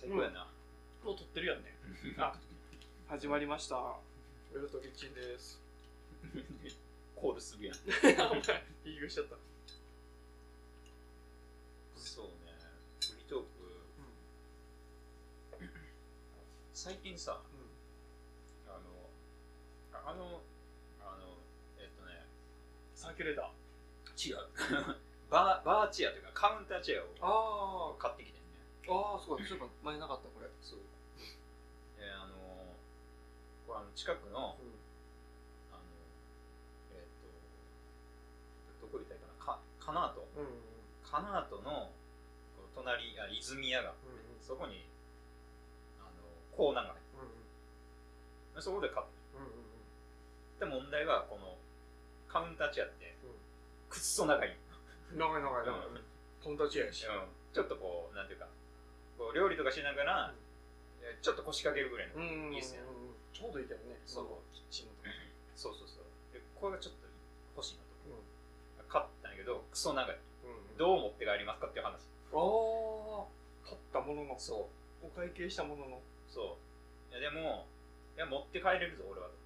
最高やな。 もう撮ってるやんね。あ、始まりました。ウェルトキッチンです。 コールするやん。 いい声しちゃった。 そうね、フリートーク、最近さ、 サーキュレータ違う。バーチェアというかカウンターチェアー。 を買ってきてんね。 ああ、そうか、そういえば前なかったこれ。 そう。これ近くの、どこ言ったらいいかな、カナート。カナートの隣、泉屋があって、そこにコーナーが入って、そこで買った。で、問題はこのカウンターチェアって、くっそ長い。 長い。カウンターチェアやし。 ちょっとこう、なんていうか、こう料理とかしながら、ちょっと腰掛けるぐらいのいいっすね。 ちょうどいいけどね、 そう。 キッチンのとこ。 そう。で、これがちょっと欲しいなと。買ったんやけど、クソ長い。どう持って帰りますかっていう話。 ああ、買ったものの。 そう。 お会計したものの。 そう。でも、持って帰れるぞ、俺は。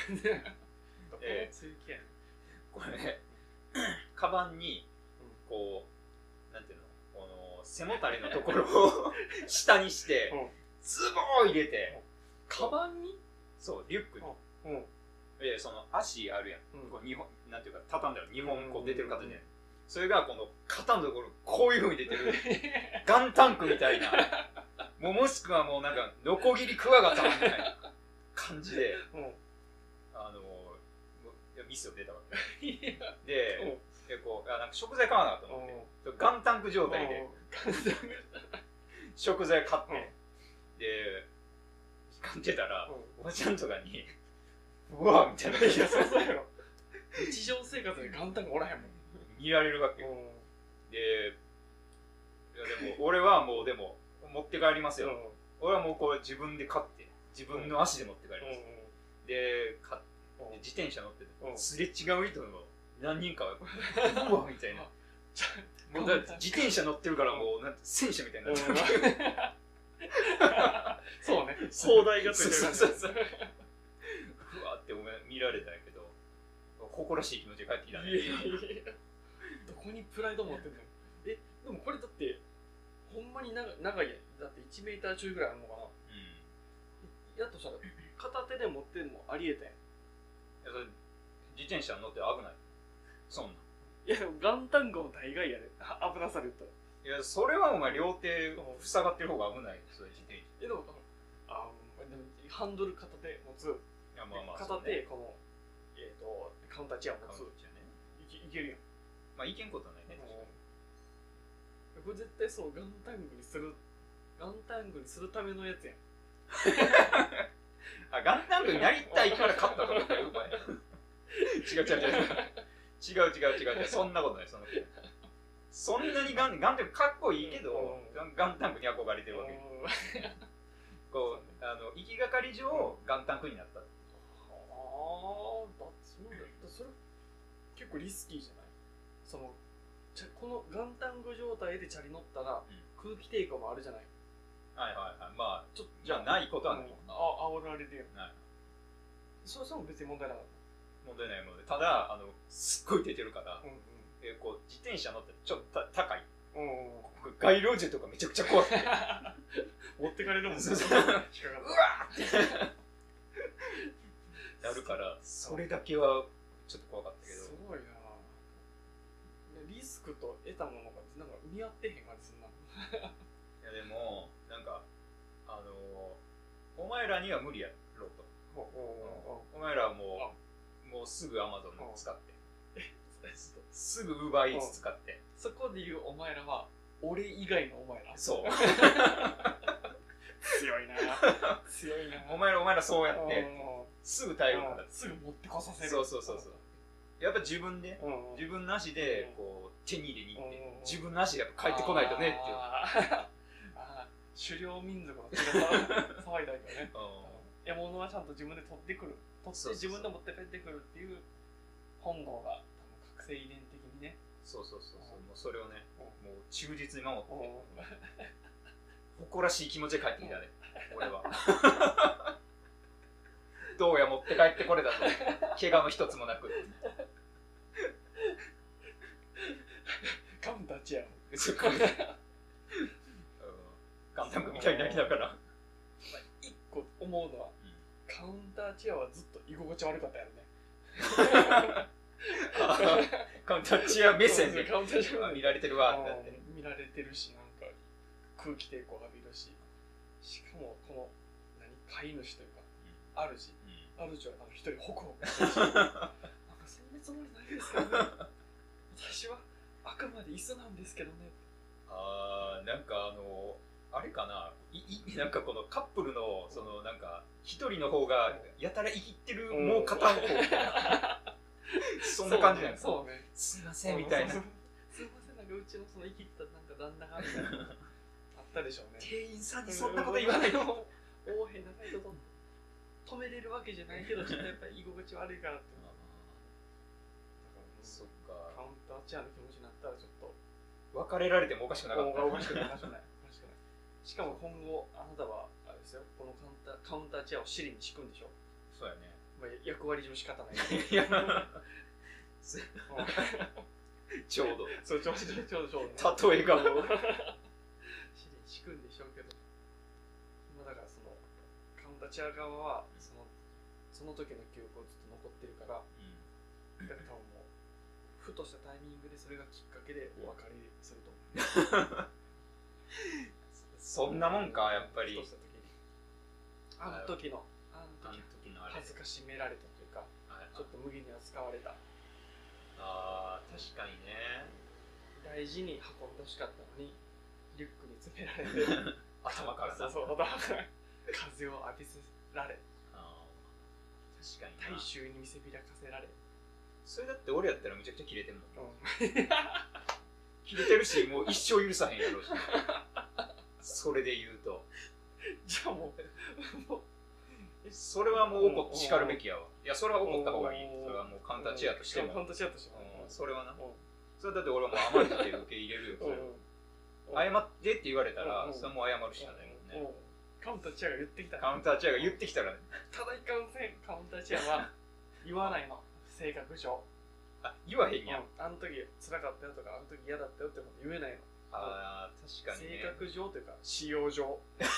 これ、カバンに、こう、なんていうの、この背もたれのところを下にして、ズボー入れて、 カバンに？ そう、リュックに。その足あるやん。こう2本、なんていうか、畳んだら2本こう出てる形で。それがこの肩のところ、こういう風に出てる。ガンタンクみたいな。もしくはもうなんか、ノコギリクワガタみたいな感じで、ミスを出たわけ。で、こう、なんか食材買わなかったと思って、ガンタンク状態で、食材買って、で、買ってたら、おばちゃんとかに、うわみたいな。 いや、そうやろ。日常生活でガンタンクおらへんもん。 見られるわけよ。で、でも、俺はもう、でも、持って帰りますよ。俺はもうこれ自分で買って、自分の足で持って帰ります。で、買って、自転車乗ってて、すれ違う人の何人かは、うわみたいな。もうだって自転車乗ってるからもう、なんて戦車みたいになっちゃう。 そうね、壮大がついてる感じ。 うわって見られたんやけど、誇らしい気持ちで帰ってきたね。 どこにプライド持ってんの？でもこれだって、ほんまに長いやん。だって1メーター中ぐらいあるのかな。やっとしたら、片手で持ってんのありえたやん。 自転車乗って危ない。そんなん。 いやでもガンタンクも大概やで。危なさで言ったら。 いや、それはお前両手塞がってる方が危ない。それ自転車。 でも、ハンドル片手持つ。片手、この、カウンターチェア持つ。いけるやん。 まあ、いけんことはないね。 これ絶対そう、ガンタンクにするためのやつやん。 ガンタンクになりたいから勝ったと思ったよ、お前。違う。そんなことない、そんなにガンタンクかっこいいけど、ガンタンクに憧れてるわけ。こう、行きがかり上、ガンタンクになった。 だってそれ、結構リスキーじゃない？このガンタンク状態でチャリ乗ったら、空気抵抗もあるじゃない？ はい。まあ、じゃあないことはない。 煽られてる。それも別に問題なかった。 問題ないもので、ただ、すっごい出てるから、こう、自転車乗ってちょっと高い。街路樹とかめちゃくちゃ怖くて。 持ってかれるもんね。うわーってなるから、それだけはちょっと怖かったけど。 すごいな。リスクと得たものがなんか見合ってへん感じすんな。 いやでも、なんか、お前らには無理やろと。お前らはもうすぐ Amazon 使って。すぐ UberEats 使って。 そこで言うお前らは、俺以外のお前ら。 そう。 強いな。 お前らそうやって、すぐ耐えるから。 すぐ持ってこさせる。 そう。やっぱ自分で、自分の足でこう手に入れに行って、自分の足でやっぱ帰ってこないとねっていう。 狩猟民族の騒いだりとね。獲物はちゃんと自分で取ってくる。取って自分で持って帰ってくるっていう本能が覚醒遺伝的にね。 そう。もうそれをね、もう忠実に守って。 誇らしい気持ちで帰ってきたね、俺は。どうや持って帰ってこれたと、怪我の一つもなく。 カウンターチェア。 ガンダムみたいになりながら。 一個思うのは、カウンターチェアはずっと居心地悪かったよね。 カウンターチェア目線でカウンターチェア見られてるわってなって。 見られてるし、なんか空気抵抗浴びるし、しかもこの飼い主というか、主は一人ホクホクしてるし、なんかそんなつもりないですけどね。私はあくまで椅子なんですけどね。 なんかあれかな、なんかこのカップルのそのなんか一人の方がやたら生きってるもう片方みたいな、そんな感じなんですか。すいませんみたいな。 すいません、なんかうちのその生きったなんか旦那がみたいなあったでしょうね。 店員さんにそんなこと言わないの。 横柄な態度と止めれるわけじゃないけど、ちょっとやっぱり居心地悪いからって。 そっか。 カウンターチェアの気持ちになったらちょっと別れられてもおかしくなかった。 おかしくない。しかも今後あなたはあれですよ、このカウンターチェアを尻に敷くんでしょ。 そうやね。 まあ、役割上仕方ない。 いやちょうど。 そう、ちょうど。 例えが。 尻に敷くんでしょうけど。まあだからそのカウンターチェア側はその時の記憶をずっと残ってるから、だから多分もうふとしたタイミングでそれがきっかけでお別れすると思う。 そんなもんか、やっぱり。 あの時の恥ずかしめられたというか、ちょっと無限に扱われた。 確かにね。 大事に運んでほしかったのに、リュックに詰められて、 頭からな。 そう、頭から風を浴びせられ、 確かに大衆に見せびらかせられ。 それだって俺やったらめちゃくちゃキレてんもん。キレてるし、もう一生許さへんやろうし。それで言うと。 じゃあもうそれはもう怒って叱るべきやわ。いや、それは怒った方がいい。それはもうカウンターチェアとしても。 カウンターチェアとしても。 それはな。それだって俺はもう甘いって受け入れるよ。謝ってって言われたら、それはもう謝るしかないもんね。 カウンターチェアが言ってきた。 カウンターチェアが言ってきたらね。 ただいかんせん、カウンターチェアは言わないの。性格上。 言わへんやん。 あの時辛かったよとか、あの時嫌だったよってこと言えないの。 確かにね。 性格上というか、使用上。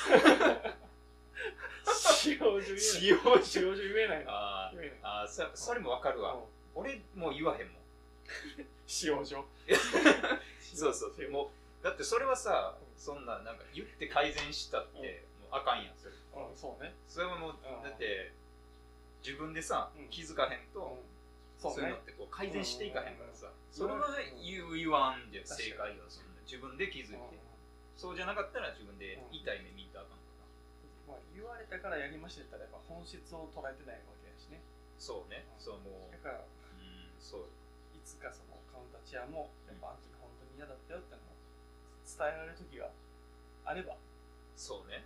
使用上言えないの。 それもわかるわ。俺もう言わへんもん。 使用上。 そうもうだってそれはさ、そんななんか言って改善したってもうあかんやん。それそうね。 それはもうだって自分でさ気づかへんと、そういうのってこう改善していかへんからさ、それは言わんで正解よ。自分で気づいて、そうじゃなかったら自分で痛い目見たらあかんから。 言われたからやりましたって言ったらやっぱ本質を捉えてないわけやしね。 そうね。そうもうだからそういつかそのカウンターチェアもやっぱあの時本当に嫌だったよってのを伝えられる時があれば。 そうね。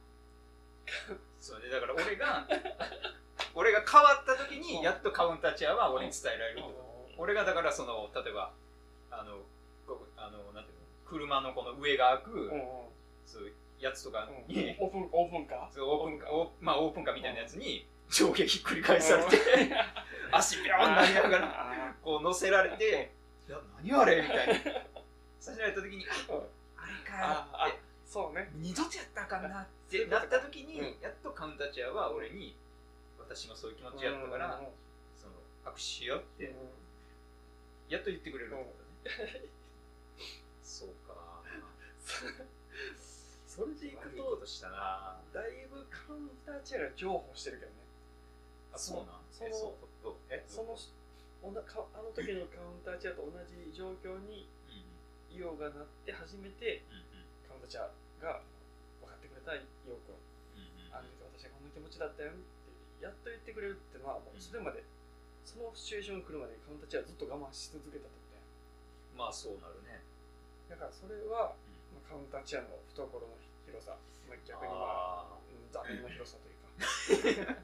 そうね。だから俺が変わった時にやっとカウンターチェアは俺に伝えられると。俺がだからその例えばなんていうの、車のこの上が開くそういうやつとかにオープンカーオープンカーみたいなやつに上下ひっくり返されて足ビョーンなりながらこう乗せられて「いや何あれ?」みたいなさせられた時に「あれか」ってそうね、 二度とやったらあかんなってなった時にやっとカウンターチェアは俺に私もそういう気持ちやったからその握手しようってやっと言ってくれるってことね。そうか。 それでいく悪いことしたな。 だいぶカウンターチェアが譲歩してるけどね。 そうなん？ あの時のカウンターチェアと同じ状況にイオがなって初めてカウンターチェアが分かってくれたイオ君。あの時私はこんな気持ちだったよってやっと言ってくれるってのはもうそれまでそのシチュエーションが来るまでカウンターチェアずっと我慢し続けたってことや。 まあそうなるね。だからそれはカウンターチェアの懐の広さ、逆に座面の広さというか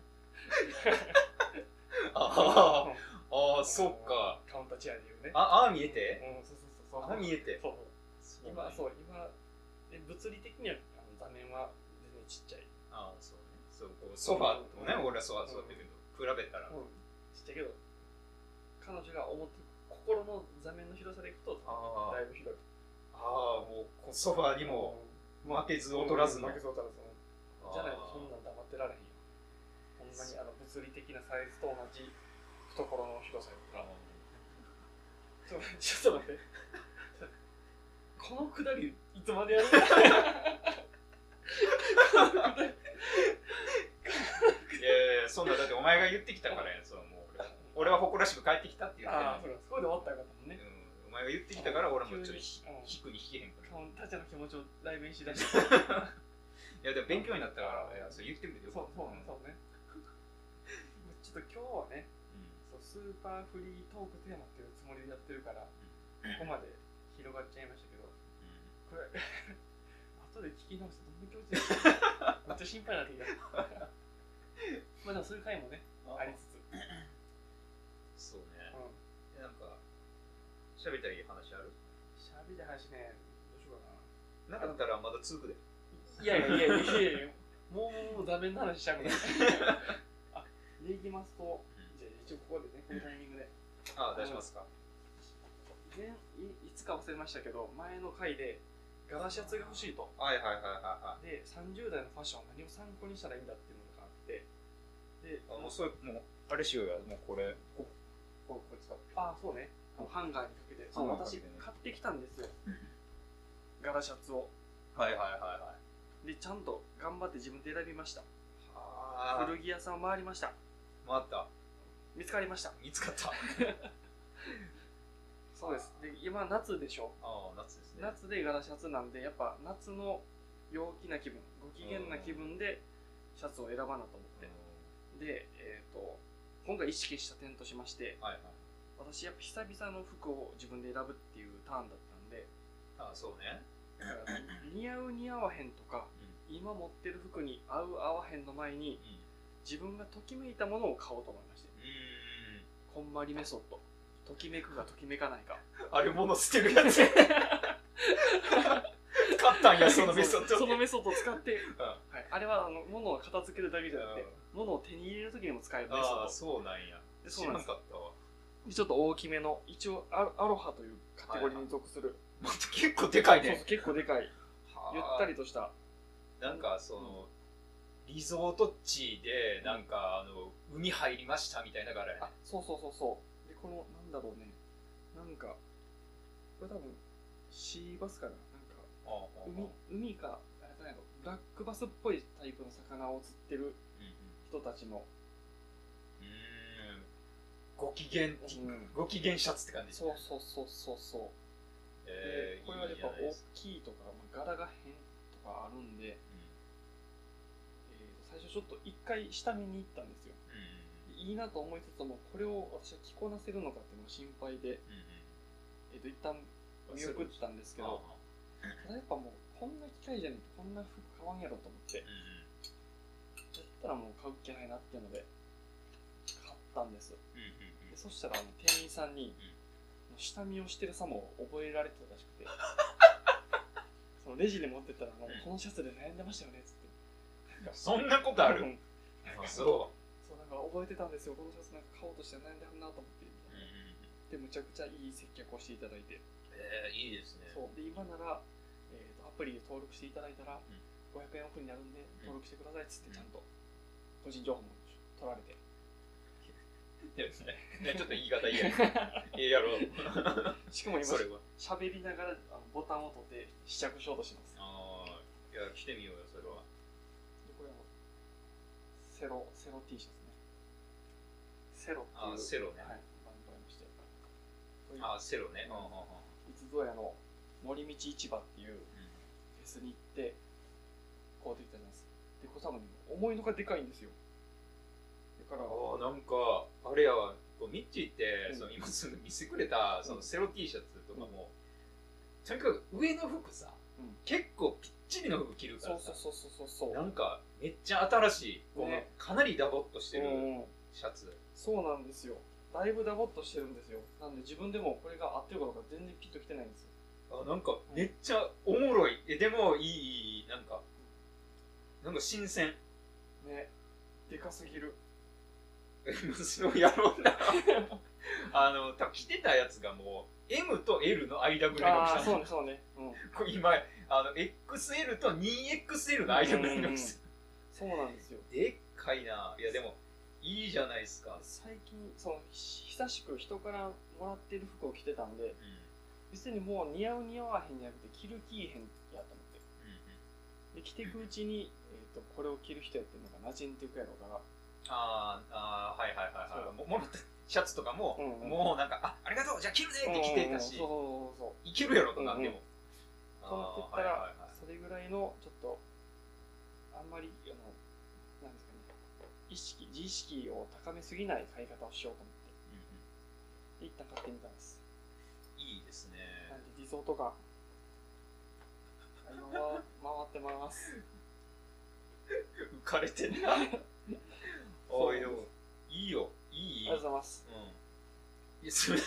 そっか。 カウンターチェアで言うね。 見えてそう見えて今物理的には座面は全然ちっちゃい。 ああ、そうね。そうこうソファーとね、俺はソファー座ってるけど、比べたら。 ちっちゃいけど、彼女が思ってる心の座面の広さでいくと、だいぶ広い。 ああ、もうソファーにも負けず劣らずの。 負けず劣らずの。じゃないとそんなん黙ってられへんよ。ほんまに物理的なサイズと同じ懐の広さやったら。ちょっと待って。このくだりいつまでやるの？このくだり。 いやいや、そんなだってお前が言ってきたからや、そのもう俺は誇らしく帰ってきたって言って。 ああ、そうか、そこで終わったらよかったもんね。 お前が言ってきたから俺もちょっと引くに引けへんから。 タチャの気持ちを代弁しだした。 いやでも勉強になったから、いやそれ言ってみてよ。 そうね。ちょっと今日はね、スーパーフリートークテーマっていうつもりでやってるから、ここまで広がっちゃいましたけど、これ後で聞き直してどんな気持ちでめっちゃ心配になってきた。まあでもそういう回もね、ありつつ。 そうね。なんか喋りたい話ある？ 喋りたい話ね、どうしようかな。なかったらまだ続くで。 いや、もうダメな話しちゃうから。あ、でいきますと、じゃあ一応ここでね、このタイミングで。 出しますか。 いつか忘れましたけど、前の回でガラシャツが欲しいと。で、30代のファッションは何を参考にしたらいいんだっていうのがあって、で、 もうそれ、もう、あれしようや、もうこれ使って。 そうね。ハンガーにかけて。私、買ってきたんですよ。ガラシャツを。で、ちゃんと頑張って自分で選びました。古着屋さんを回りました。 回った。 見つかりました。 見つかった。 そうです。で、今夏でしょ。 夏ですね。 夏でガラシャツなんで、やっぱ夏の陽気な気分、ご機嫌な気分でシャツを選ばなと思って。で、今回意識した点としまして、私やっぱ久々の服を自分で選ぶっていうターンだったんで、 そうね。 似合う似合わへんとか、今持ってる服に合う合わへんの前に、自分がときめいたものを買おうと思いまして。こんまりメソッド。ときめくかときめかないか。 あれ物捨てるやつ。買ったんや、そのメソッド。 そのメソッドを使って、あれは物を片付けるだけじゃなくて、物を手に入れるときにも使えるメソッド。 そうなんや。知らんかったわ。 ちょっと大きめの、一応アロハというカテゴリーに属する。 結構でかいね。 結構でかい。ゆったりとした。 なんかそのリゾート地でなんか海入りましたみたいな柄やね。 そう。でこのなんだろうね。なんかこれ多分シーバスかな。なんか海かあれだよ。ブラックバスっぽいタイプの魚を釣ってる人たちの。 ご機嫌シャツって感じ。 そう。これはやっぱ大きいとか柄が変とかあるんで、最初ちょっと一回下見に行ったんですよ。いいなと思いつつもこれを私は着こなせるのかっていうのが心配で、一旦見送ったんですけど、ただやっぱもうこんな機会じゃないとこんな服買わんやろと思って、やったらもう買う気ないなっていうので買ったんです。でそしたら店員さんに、下見をしてる様を覚えられてたらしくてそのレジで持ってったらこのシャツで悩んでましたよねっつって。 そんなことある？ そうなんか覚えてたんですよ、このシャツなんか買おうとして悩んではんなと思って、でむちゃくちゃいい接客をしていただいて、 いいですね。 そうで今なら、アプリで登録していただいたら、500円オフになるんで登録してくださいっつってちゃんと個人情報も取られてですね。ちょっと言い方いいやろう。 しかも今喋りながらボタンを取って試着しようとします。 いや着てみようよそれは。 これはセロ T シャツね。セロっていうセロね。 バンドありまして。 セロね。 いつぞやの森道市場っていうフェスに行って買うてきたんです。でこれ多分思いのがでかいんですよ。だからなんかあれやわ、ミッチーってその今すぐ見せてくれたそのセロ T シャツとかもとにかく上の服さ、結構ぴっちりの服着るからさ、 そうなんかめっちゃ新しいこのかなりダボっとしてるシャツ。 そうなんですよ。だいぶダボっとしてるんですよ。なんで自分でもこれが合ってるかどうか全然ピッときてないんですよ。 なんかめっちゃおもろい。でもいいなんかなんか新鮮。 ね、でかすぎる。 そうやろうな。多分着てたやつがもう M と L の間ぐらいの大きさ。 そうねそうね。 これ今XL と 2XL の間ぐらいの大きさ。 そうなんですよ。 でっかいな。いやでもいいじゃないですか。 最近久しく人からもらってる服を着てたんで、別にもう似合う似合わへんじゃなくて着る着いへんやと思って、で着ていくうちに、これを着る人やっていうのが馴染んでいくやろうから。 はいはいはいはい。もらったシャツとかも、もうなんかありがとうじゃあ着るねって着てたし、いけるやろとなんでも。 と思ってったら、それぐらいのちょっとあんまりなんですかね、自意識を高めすぎない買い方をしようと思って、一旦買ってみたんです。 いいですね。 なんで理想とか今は回ってます。 浮かれてんな。おいよ、いいよ、いい。 ありがとうございます。 いや、それ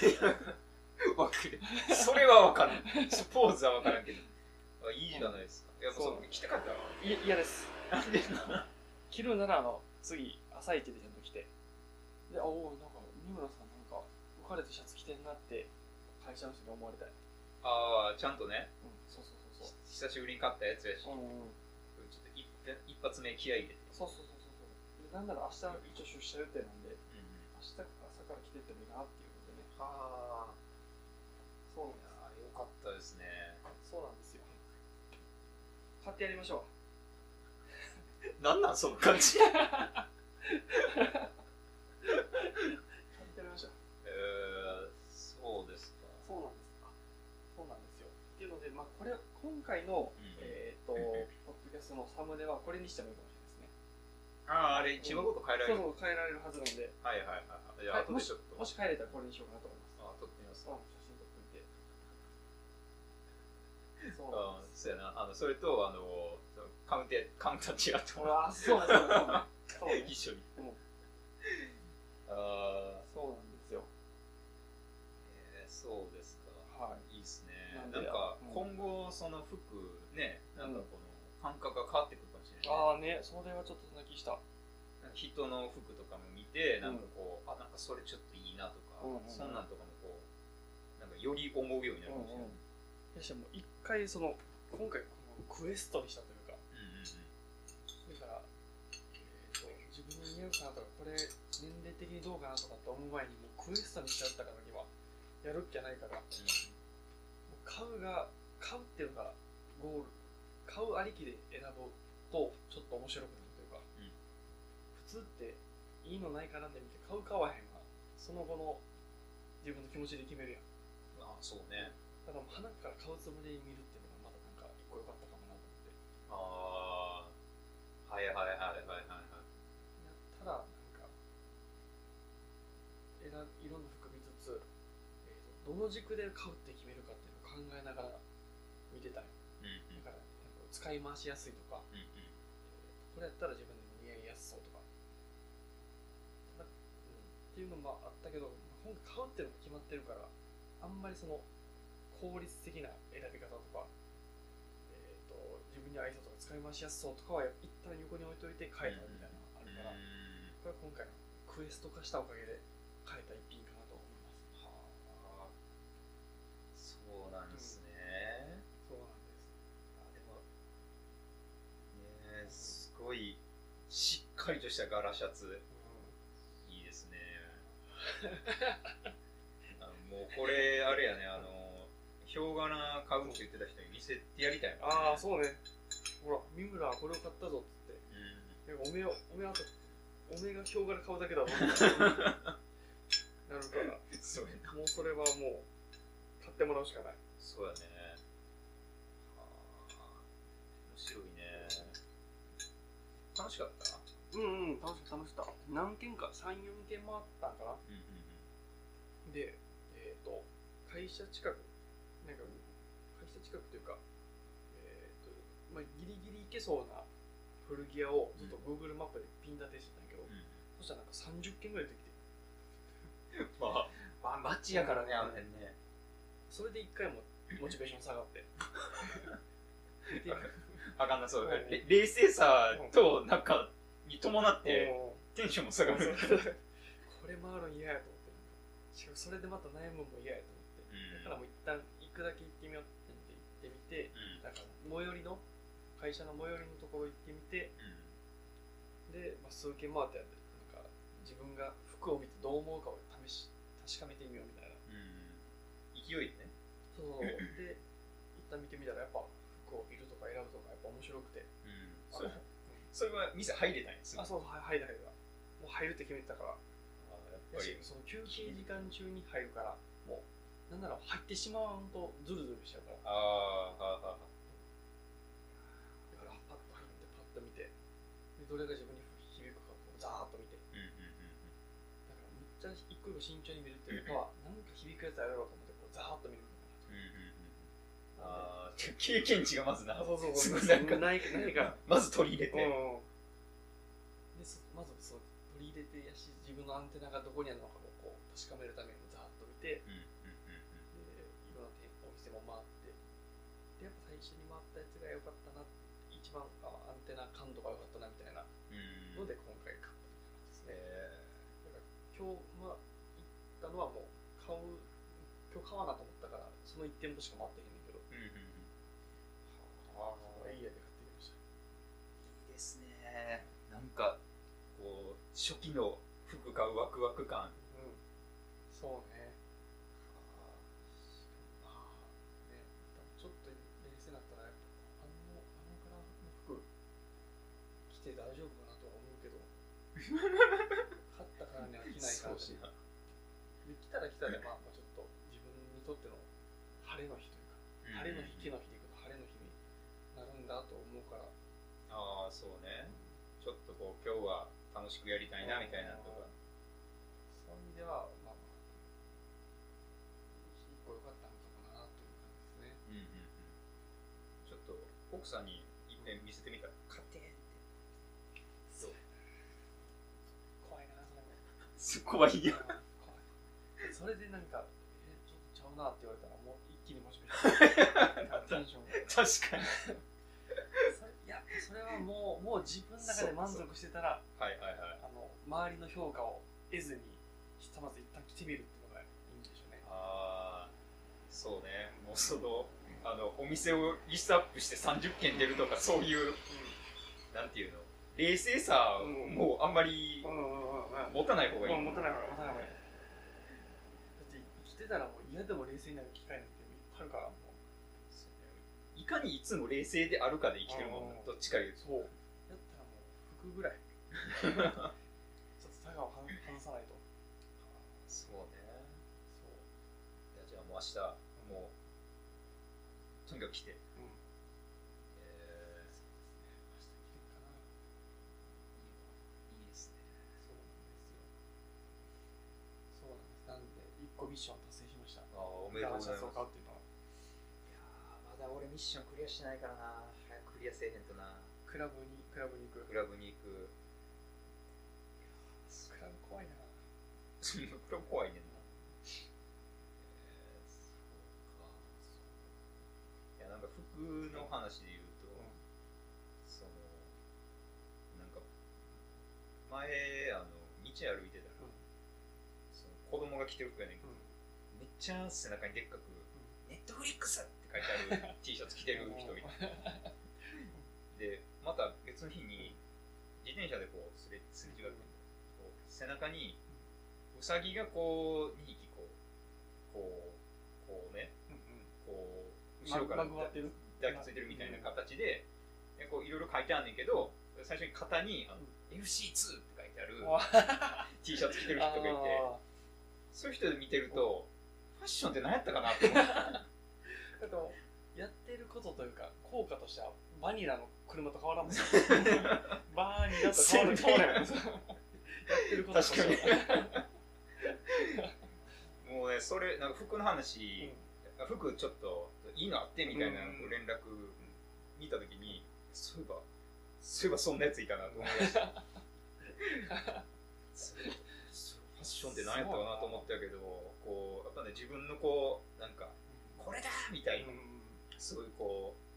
それは分からん。ポーズは分からんけど。いいじゃないですか。いや、もう着たかったら。 嫌です。着るなら次朝一でちゃんと着て、で、なんか三村さんなんか浮かれてシャツ着てんなって会社の人に思われたい。 ちゃんとね。 そう久しぶりに買ったやつやし。ちょっと一発目気合い入れて。 そう。なんなら明日一応出社予定なんで、明日朝から来てってもいいなっていうのでね。そうなんです。 よかったですね。 そうなんですよ。買ってやりましょう。なんなんその感じ。買ってやりましょう。 そうですか。 そうなんですよ。っていうので、これ今回のポッドキャストのサムネはこれにしてもいいかもしれないですね。 あれ一話ごと変えられる。 そう変えられるはずなんで。 はいはいはい。じゃあ後でちょっと。 もし変えれたらこれにしようかなと思います。 撮ってみます。 写真撮ってみて。 そうやな。それとカウンターチラッと。 そうね。 一緒に。 そうなんですよ。 そうですか。はい。いいですね。 なんか今後その服ね、なんかこの感覚が変わってくるかもしれない。 ね、それはちょっとそんな気した。 人の服とかも見て、なんかこう、なんかそれちょっといいなとか、そんなんとかもこう、なんかより思うようになるかもしれない。 もう一回今回このクエストにしたというか、だから、自分に似合うかなとか、これ年齢的にどうかなとかって思う前にもうクエストにしちゃったからにはやるっきゃないから、買うっていうのがゴール、買うありきで選ぶとちょっと面白くなるというか、普通っていいのないかなって見て買う買わへんがその後の自分の気持ちで決めるやん。 そうね。 だから鼻から買うつもりで見るっていうのがまだなんか一個良かったかもなと思って。 はい。やったらなんかいろんな服見つつ、どの軸で買うって決めるかっていうのを考えながら見てたんよ。だから使い回しやすいとか、これやったら自分でも似合いやすそうとか、っていうのもあったけど、今回買うっていうのが決まってるから、あんまり効率的な選び方とか、自分に合いそうとか使い回しやすそうとかは一旦横に置いといて変えたみたいなのがあるから、これは今回のクエスト化したおかげで変えた一品かなと思います。 そうなんですね。 そうなんです。 でもね、すごいしっかりとした柄シャツ、いいですね。もうこれあれやね、ヒョウ柄買うって言ってた人に見せてやりたいな。 そうね。ほら、三村はこれを買ったぞって言って、おめがヒョウ柄買うだけだろなるから、もうそれはもう買ってもらうしかない。 そうやね。面白いね。楽しかった？ 楽しかった。何件か、3、4件もあったんかな。で、会社近くというか、ギリギリ行けそうな古着屋をずっと Google マップでピン立てしてたんやけど、そしたらなんか30件ぐらい出てきて街やからね、あの辺ね。 それで1回もモチベーション下がってあかんな、そう、 うん冷静さとなんかに伴ってうんテンションも下がる。 これ回るん嫌やと思ってしかもそれでまた悩むのも嫌やと思って、 うんだからもう一旦行くだけ行ってみようって言ってみて、なんか最寄りの会社の最寄りのところ行ってみて、で、まあ、数軒回ってやってなんか自分が服を見てどう思うかを確かめてみようみたいな、 勢いでね。 そうで一旦見てみたらやっぱ服を見るとか選ぶとかやっぱ面白くて、 それは店入れたんですよ。 あ、そうそう、入るもう入るって決めてたから。 やっぱりその休憩時間中に入るから、もうなんなら入ってしまわんとズルズルしちゃうから、だからパッと入ってパッと見て、でどれが自分に響くかこうザーッと見て、だからめっちゃ一個一個慎重に見るっていうかは、なんか響くやつあるろうと思ってこうザーッと見る経験値がまずな。 そうそうそう、 すごいなんかないからまず取り入れて。 でまずそう取り入れてやし、自分のアンテナがどこにあるのかをこう確かめるためにもざーっと見て、でいろんなお店も回って、でやっぱ最初に回ったやつが良かったな、一番アンテナ感度が良かったなみたいなので今回買ったみたいなんですね。だから今日行ったのはもう今日買わなと思ったからその1店舗しか回ってへんねんけど、エイヤで買ってきました。 いいですね。なんかこう初期の服買うワクワク感。 そうね。ね、ちょっと冷静になったらやっぱあのカラーの服着て大丈夫かなとは思うけど、買ったからには着ない感じ。で着たら着たでまあちょっと自分にとっての晴れの日というか、晴れの日、木の日でいくと晴れの日になるんだと思うから。 そうね。ちょっとこう今日は楽しくやりたいなみたいなとか。 そういう意味ではまあ一個良かったのかなという感じですね。 ちょっと奥さんに一遍見せてみたら買ってって。そう。 怖いなそれ。怖いよ。 それでなんかちょっとちゃうなって言われたらもう一気にモチベーションテンションが確かに。 いや、それはもう自分の中で満足してたら、周りの評価を得ずにひたまず一旦来てみるっていうのがいいんでしょうね。 そうね。もうそのお店をリストアップして30件出るとかそういう、なんていうの、冷静さをもうあんまり持たない方がいい。 持たない方がいい。だって生きてたらもう嫌でも冷静になる機会なんていっぱいあるから、もういかにいつも冷静であるかで生きてるもんな、どっちかいうと。 そう。だったらもう服ぐらいちょっとタガを外さないと。 そうね。そう。じゃあもう明日もうとにかく来て。いいですね。 そうなんですよ。そうなんです。なんで1個ミッション達成しました。 おめでとうございます。 買うっていうのは。 まだ俺ミッションクリアしてないからな。早くクリアせえへんとな。 クラブに行く。 クラブ怖いな。 クラブ怖いねんな。いや、なんか服の話で言うと、そのなんか前道歩いてたら、その子供が着てる服やねんけど、めっちゃ背中にでっかくネットフリックスって書いてある T シャツ着てる人いてで、また別の日に自転車でこうすれ違って、背中にウサギがこう2匹こうね、こう後ろから抱きついてるみたいな形でこういろいろ書いてあんねんけど、最初に肩にFC2 って書いてあるT シャツ着てる人がいて、そういう人で見てるとファッションって何やったかなって思ってやってることというか効果としてはバニラの車と変わらんもんバニラと変わらないやってることとしては確かにもうね、それなんか服の話、服ちょっといいのあってみたいな連絡見たときに、そういえばそんなやついたなと思いましたファッションって何やったかなと思ったけど、こうやっぱね、自分のこうなんかこれだみたいな、すごいこう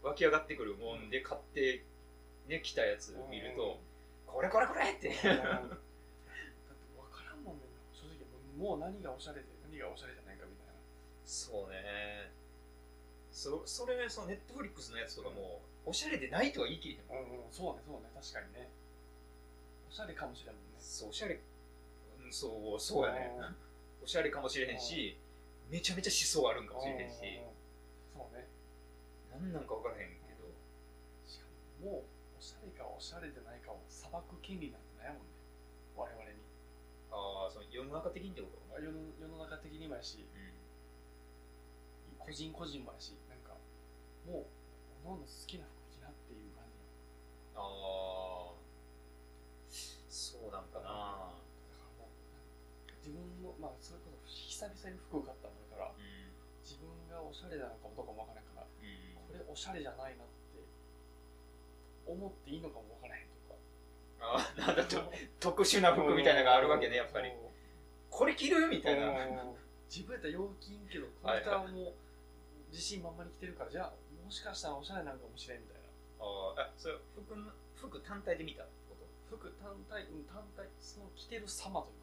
湧き上がってくるもんで買ってね来たやつ見ると、これこれこれってだって分からんもんね、正直。もう何がおしゃれで何がおしゃれじゃないかみたいな。 そうね。それそのネットフリックスのやつとかもおしゃれでないとは言い切れへんもん。 そうね、確かにね。おしゃれかもしれんもんね。 そう、おしゃれ、そうやね。おしゃれかもしれへんし、めちゃめちゃ思想あるんかもしれへんし、 そうね。 なんなんか分からへんけど。 しかも、もう、おしゃれかおしゃれでないかを裁く権利なんてないもんね。我々に。 ああ、その世の中的にってこと？ 世の中的にもやし、個人個人もやし、なんか、もう、おのおの好きな服着なっていう感じ。 ああ、そうなんかな。 だからもう、自分の、それこそ久々に服を買ったもんだから、自分がおしゃれなのかどうかもわからないから、これおしゃれじゃないなって思っていいのかもわからへんとか。 ああ、なんだと特殊な服みたいなのがあるわけね、やっぱり。これ着るみたいな。 自分やったら陽気いいけど、この人はもう自信満々に着てるから、じゃあもしかしたらおしゃれなんかもしれんみたいな。 それ服単体で見たこと？ 服単体、その着てる様という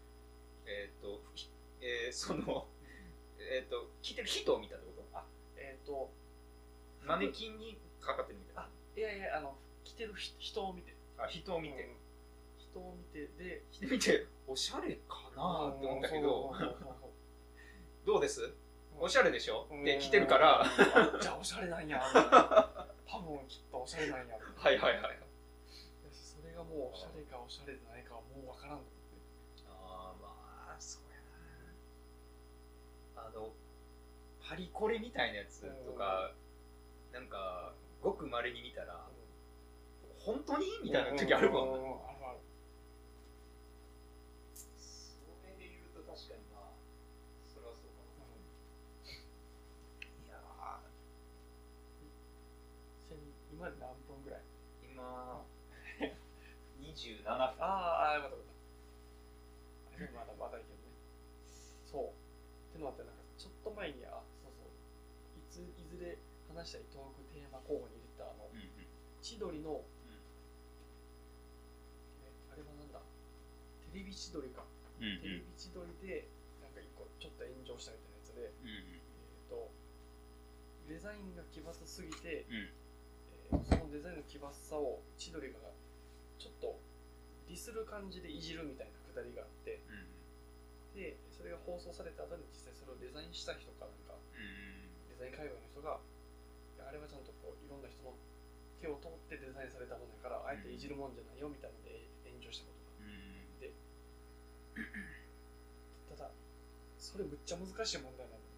かね。着てる人を見たってこと？マネキンにかかってるみたいな。 いや着てる人を見て。 人を見て。 人を見てで、 おしゃれかなって思ったけど、どうです？おしゃれでしょって着てるから、 じゃあおしゃれなんや。多分きっとおしゃれなんや。 はいはいはい。 それがもうおしゃれかおしゃれじゃないかはもう分からんと思って。 そうやな。パリコレみたいなやつとか、なんかごくまれに見たら、本当にみたいな時あるもんな。それで言うと確かにそれはそうかも。いや今で何分ぐらい？ 今27分。 よかったよかった。まだいけるね。そうってのあって、なんかちょっと前にいずれ話したいトークテーマ候補に入れた千鳥の、あれはなんだ、テレビ千鳥か。テレビ千鳥でなんか一個ちょっと炎上したみたいなやつで、デザインが奇抜すぎて、そのデザインの奇抜さを千鳥がちょっとディスる感じでいじるみたいなくだりがあって、でそれが放送された後に実際それをデザインした人かなんか、デザイン界隈の人が、あれはちゃんとこういろんな人の手を通ってデザインされたものだから、あえていじるもんじゃないよみたいなので炎上したことがあって、ただそれむっちゃ難しい問題なんだって。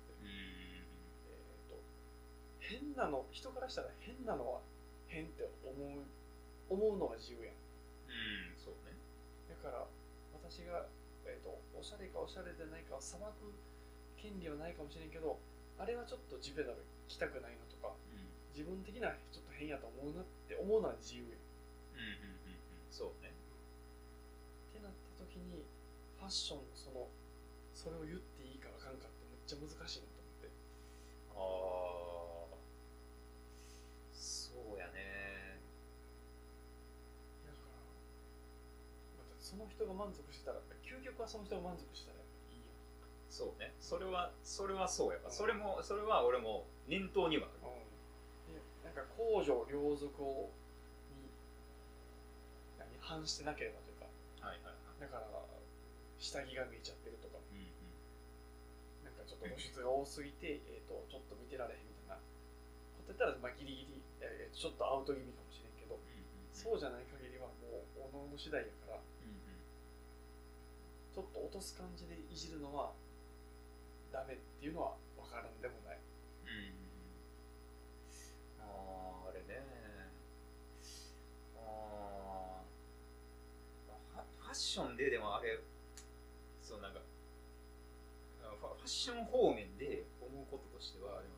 変なの、人からしたら変なのは変って思うのは自由やん。 そうね。 だから私が、おしゃれかおしゃれでないかを裁く権利はないかもしれんけど、あれはちょっと自分だと着たくないなとか、自分的なちょっと変やと思うなって思うのは自由やん。 そうね。 ってなった時にファッションのそれを言っていいかあかんかってめっちゃ難しいなと思って。 そうやね。 だからその人が満足したら、究極はその人が満足したらいいよ。 そうね。それはそうやから、それは俺も念頭にはある。 でなんか公序良俗に反してなければというか、だから下着が見えちゃってるとか、なんかちょっと露出が多すぎて、ちょっと見てられへんみたいなことやったら、ギリギリ、ちょっとアウト気味かもしれんけど、そうじゃない限りはもうおのおの次第やから、ちょっと落とす感じでいじるのはダメっていうのは分からんでもない。 あれね。ファッションででもあれ、そうなんかファッション方面で思うこととしては、でも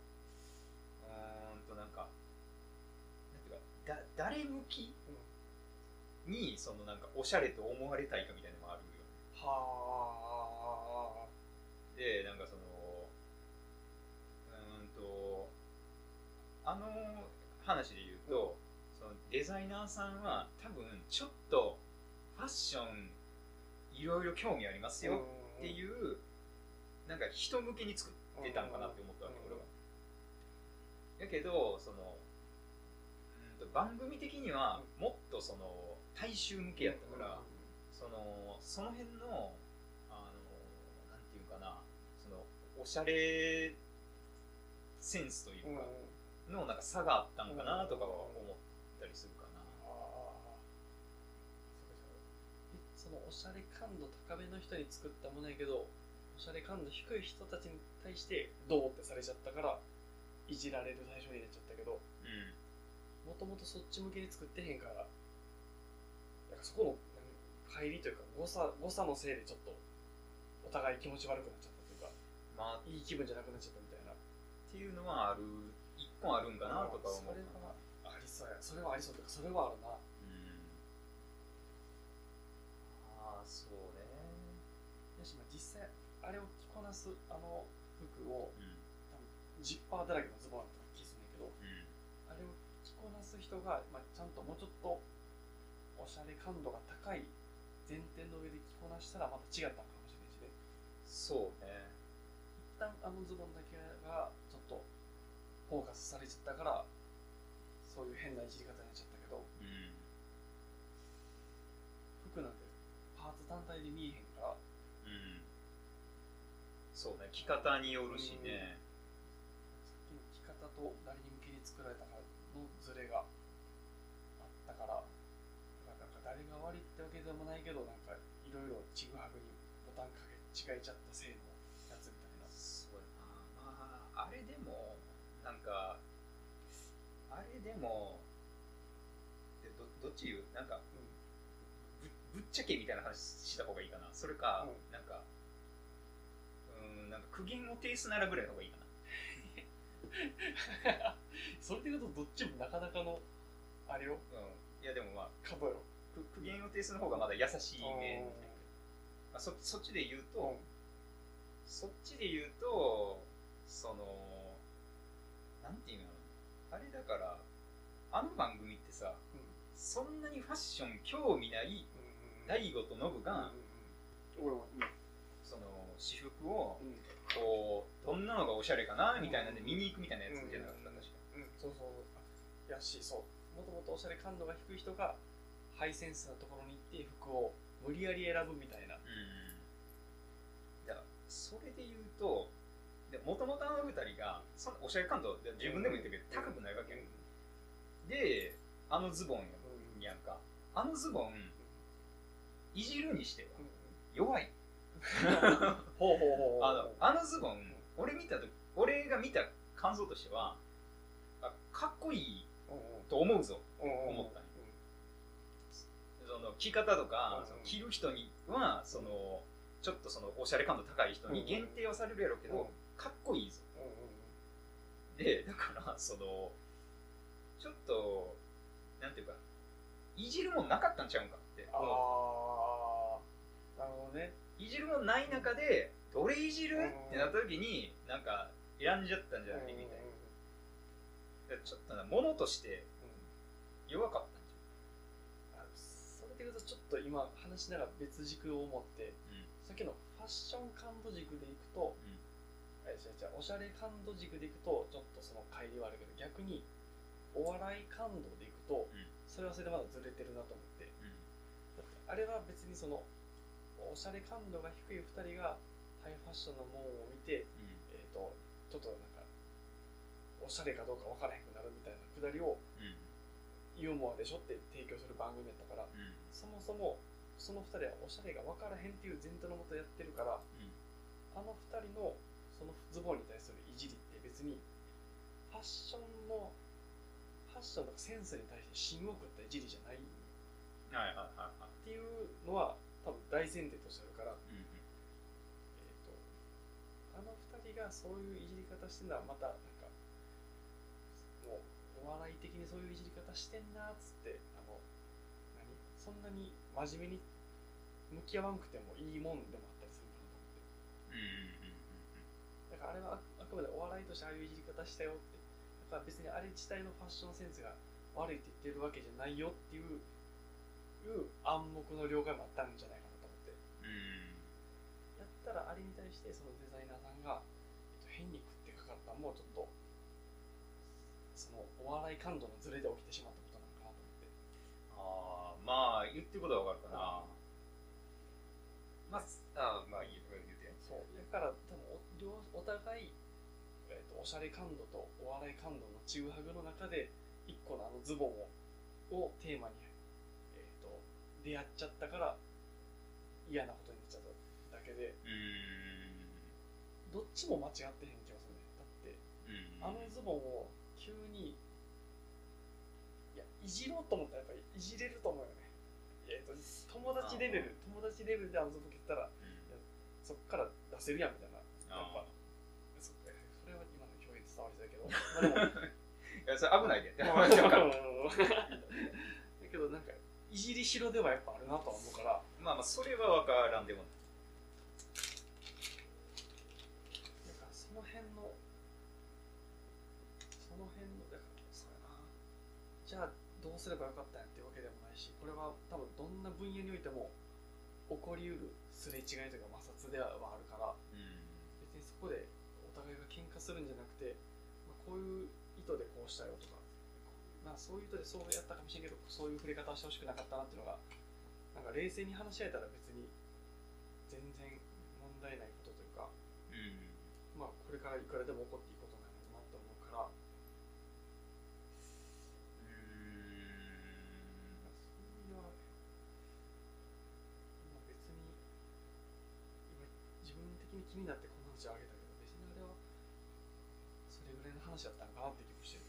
なんかなんていうか誰向きになんかおしゃれと思われたいかみたいなのもあるよね。でなんかあ話で言うと、そのデザイナーさんは多分ちょっとファッションいろいろ興味ありますよっていうなんか人向けに作ってたんかなって思ったわけ、俺は。やけどその番組的にはもっとその大衆向けやったから、その辺のなんていうかな、そのおしゃれセンスというかのなんか差があったんかなとかは思ったりするかな。 そのおしゃれ感度高めの人に作ったものやけど、おしゃれ感度低い人たちに対してどうってされちゃったからいじられる対象になっちゃったけど、もともとそっち向けに作ってへんから、なんかそこの乖離というか誤差のせいでちょっとお互い気持ち悪くなっちゃったというか、まあいい気分じゃなくなっちゃったみたいなっていうのは一本あるんかなとか思う。 それはありそうや。それはありそうというか、それはあるな。 そうね。 よし、実際あれを着こなす服を、多分ジッパーだらけのズボンだったら気するんだけど、あれを着こなす人が、ちゃんともうちょっとおしゃれ感度が高い前提の上で着こなしたらまた違ったかもしれないしね。 そうね。 一旦ズボンだけがちょっとフォーカスされちゃったからそういう変ないじり方になっちゃったけど、服なんてパーツ単体で見えへんから、 そうね、着方によるしね。 さっきの着方と誰に向けに作られたかのズレがあったから、なんか誰が悪いってわけでもないけど、なんかいろいろちぐはぐにボタンかけ違えちゃったせいのやつみたいな。 そうやな。あれでもなんかどっち言う、なんか、ぶっちゃけみたいな話した方がいいかな、それか、なんか苦言を呈すならぐらいの方がいいかな。 それで言うとどっちもなかなかのあれよ。 いやでも角よ。 苦言を呈すの方がまだ優しい面、そっちで言うと、そのなんていうの、あれだから、あの番組ってさ、そんなにファッション興味ない大悟とノブが、その私服をこうどんなのがおしゃれかなみたいなんで見に行くみたいなやつじゃなかったんだし。 そうやし、そうもともとおしゃれ感度が低い人がハイセンスなところに行って服を無理やり選ぶみたいな。 だからそれで言うと、もともとあの2人がそのおしゃれ感度自分でも言ってるけど高くないわけやん。で、あのズボンやんか。あのズボンいじるにしては弱い。あのズボン、俺が見た感想としては、かっこいいと思うぞって思ったんよ。その着方とか、着る人にはちょっとそのおしゃれ感度高い人に限定はされるやろうけど、かっこいいぞ。で、だからちょっとなんていうか、いじるもんなかったんちゃうんかって。 なるほどね。 いじるもんない中でどれいじるってなった時になんか選んじゃったんじゃないみたいな。ちょっと物として弱かったんじゃん。 それでいうとちょっと今話しながら別軸を持って、さっきのファッション感度軸でいくと、おしゃれ感度軸でいくとちょっとその乖離はあるけど、逆にお笑い感度でいくと、それはそれでまだずれてるなと思って、だってあれは別にそのおしゃれ感度が低い2人がハイファッションのものを見て、ちょっとなんかおしゃれかどうか分からへんくなるみたいなくだりを、ユーモアでしょって提供する番組だったから、そもそもその2人はおしゃれが分からへんっていう前提のもとやってるから、あの2人のそのズボンに対するいじりって別にファッションとかセンスに対して芯を食ったいじりじゃないっていうのは多分大前提としてあるから、あの2人がそういういじり方してるのはまたなんかもうお笑い的にそういういじり方してんなっつって、そんなに真面目に向き合わんくてもいいもんでもあったりするかなと思って、だからあれはあくまでお笑いとしてああいういじり方したよって、 か別にあれ自体のファッションセンスが悪いって言ってるわけじゃないよっていう暗黙の了解もあったんじゃないかなと思って、やったらあれに対してそのデザイナーさんが、変に食ってかかったもうちょっとそのお笑い感度のズレで起きてしまったことなのかなと思って。 まあ言ってることはわかるかな。まあいいよ言うて。 そうだから多分お互い、おしゃれ感度とお笑い感度のちぐはぐの中で一個のズボンをテーマに、出会っちゃったから嫌なことになっちゃっただけで、どっちも間違ってへん気がするね。だって、あのズボンを急にいじろうと思ったらやっぱりいじれると思うよね。友達レベルであのズボン着たら、そっから出せるやんみたいな。やっぱそれは今の表現伝わりづらいけど、まあ、でもいやそれ危ないで。だけどなんかいじりしろではやっぱあるなとは思うから、 まあそれは分からんでもない。 だからその辺のだからそうやな。じゃあどうすればよかったんやっていうわけでもないし、これは多分どんな分野においても起こりうるすれ違いというか摩擦ではあるから、別にそこでお互いが喧嘩するんじゃなくて、こういう意図でこうしたよとか、そういう意図でそうやったかもしれんけど、そういう触れ方をしてほしくなかったなっていうのが、なんか冷静に話し合えたら別に全然問題ないことというか、これからいくらでも起こっていいことなのかなと思うから、そういうのは別に今自分的に気になってこの話をあげたけど、別にあれはそれぐらいの話だったのかなって気もしてる。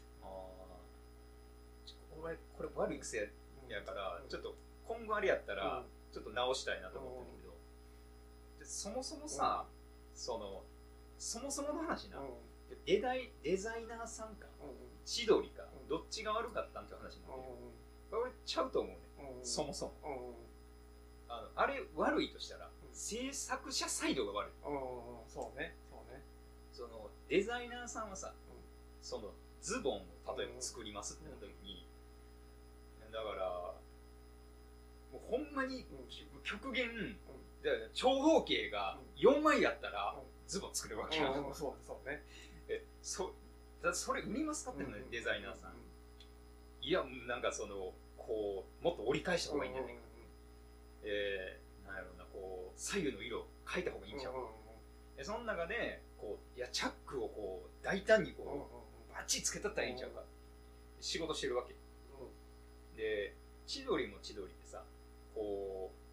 お前これ悪い癖やから、ちょっと今後あれやったらちょっと直したいなと思ってるけど、でそもそもさ、そもそもの話な、デザイナーさんか、千鳥か、どっちが悪かったんって話なんだけど、俺ちゃうと思うね、そもそも。あれ悪いとしたら、制作者サイドが悪い。 そうね。 そのデザイナーさんはさ、そのズボンを例えば作りますってなった時に、だからもうほんまに極限、長方形が4枚やったらズボン作れるわけやん。 そうね。 それ売りますかってのね、デザイナーさん。いや、なんかこうもっと折り返した方がいいんじゃないか。なんやろうな、こう左右の色を変えた方がいいんちゃうか。その中でチャックをこう大胆にこうバッチリつけたったらいいんちゃうか。仕事してるわけ。で、千鳥も千鳥でさ、こう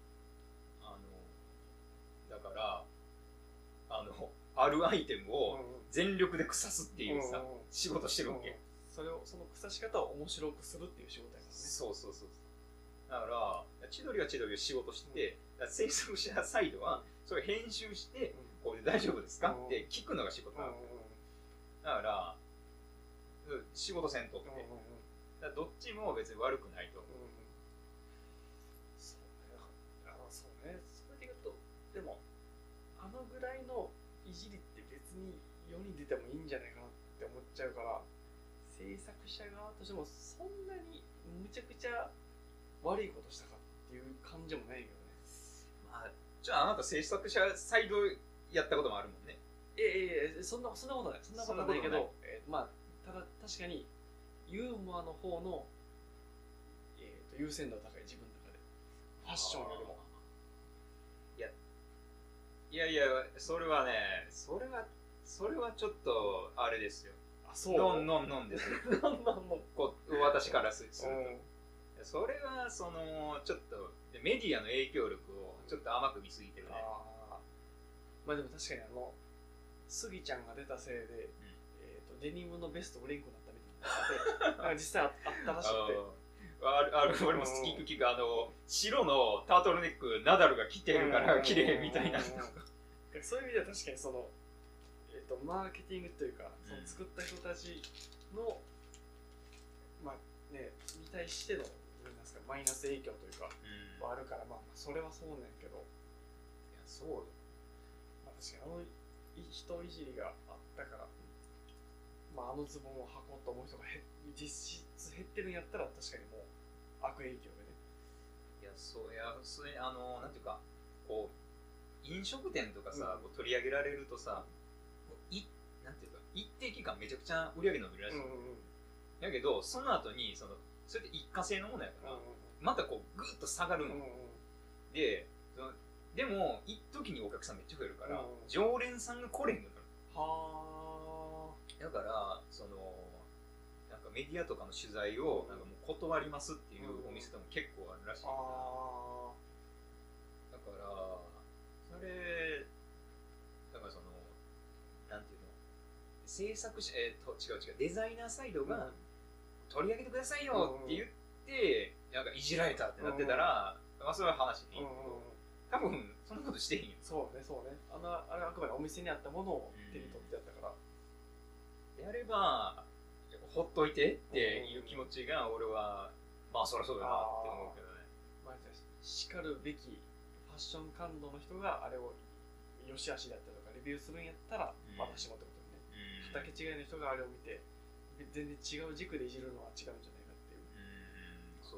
だからあるアイテムを全力で腐すっていうさ、仕事してるわけ。 その腐し方を面白くするっていう仕事やからね。 そうだから千鳥は千鳥を仕事して、制作者サイドはそれ編集して、これで大丈夫ですかって聞くのが仕事なわけ。だから仕事せんとって、どっちも別に悪くないと。 そうね。それで言うと、でもあのぐらいのいじりって別に世に出てもいいんじゃないかなって思っちゃうから、制作者側としてもそんなにむちゃくちゃ悪いことしたかっていう感じもないけどね。 じゃああなた制作者サイドやったこともあるもんね。 そんなことない。そんなことはないけど、ただ確かにユーモアの方の、優先度が高い、自分の中で。ファッションよりも。 いや、それはね、それはちょっとあれですよ。のんですよ。私からすると。それはちょっとメディアの影響力をちょっと甘く見すぎてるね。 でも確かにスギちゃんが出たせいで、デニムのベスト売れんくなったみたいなのが実際あったらしくて。 俺も聞く白のタートルネックナダルが着てるから綺麗みたいな。 そういう意味では確かにマーケティングというか、作った人たちのに対してのマイナス影響というかはあるから、それはそうなんやけど、 そうよ。 確かに人いじりがあったから、 まあ、あのズボンを履こうと思う人が実質減ってるんやったら確かにもう悪影響でね。 いやそうなんていうかこう飲食店とかさ、こう取り上げられるとさ、なんていうか一定期間めちゃくちゃ売り上げ伸びるらしい、だけどその後にそれって一過性のものやから、またこうグッと下がるの、でも一時にお客さんめっちゃ増えるから、常連さんが来れへんのはだからなんかメディアとかの取材をなんかもう断りますっていうお店とも結構あるらしいから、だからなんていうの、制作者違うデザイナーサイドが取り上げてくださいよって言って、なんかいじられたってなってたら、まあそれは話でいいけど、多分そんなことしてへんよ。 そうねあれはあくまでお店にあったものを手に取ってやったから、 であればほっといてっていう気持ちが俺はまあそりゃそうだなって思うけどね。 まあ、しかるべきファッション感度の人があれを良し悪しだったりとかレビューするんやったらまだしもってことね、畑違いの人があれを見て全然違う軸でいじるのは違うんじゃないかっていう。 そう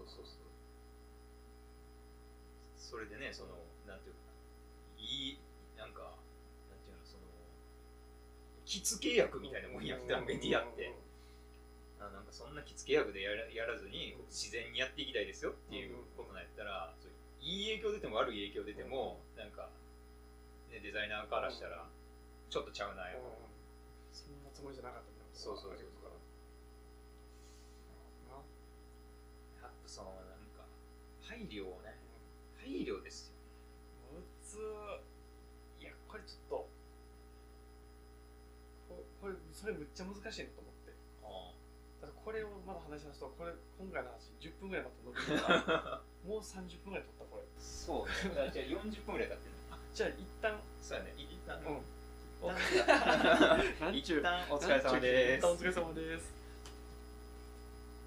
それでね、なんていうかなんかなんていうの、着付け役みたいなもんやったメディアって、なんかそんな着付け役でやらずに自然にやっていきたいですよっていうことなんやったら、いい影響出ても悪い影響出てもなんか、ね、デザイナーからしたらちょっとちゃうなよ、 そんなつもりじゃなかったんだ。 そうやっぱなんか配慮をね、配慮ですよ。 いやこれちょっとそれむっちゃ難しいなと思って。だからこれをまだ話しますと、今回の話10分ぐらいまた伸びるからもう30分ぐらい取ったこれ。 そうね。じゃあ40分ぐらい経ってる。 じゃあ一旦そうやね、一旦一旦お疲れ様です。 一旦お疲れ様です。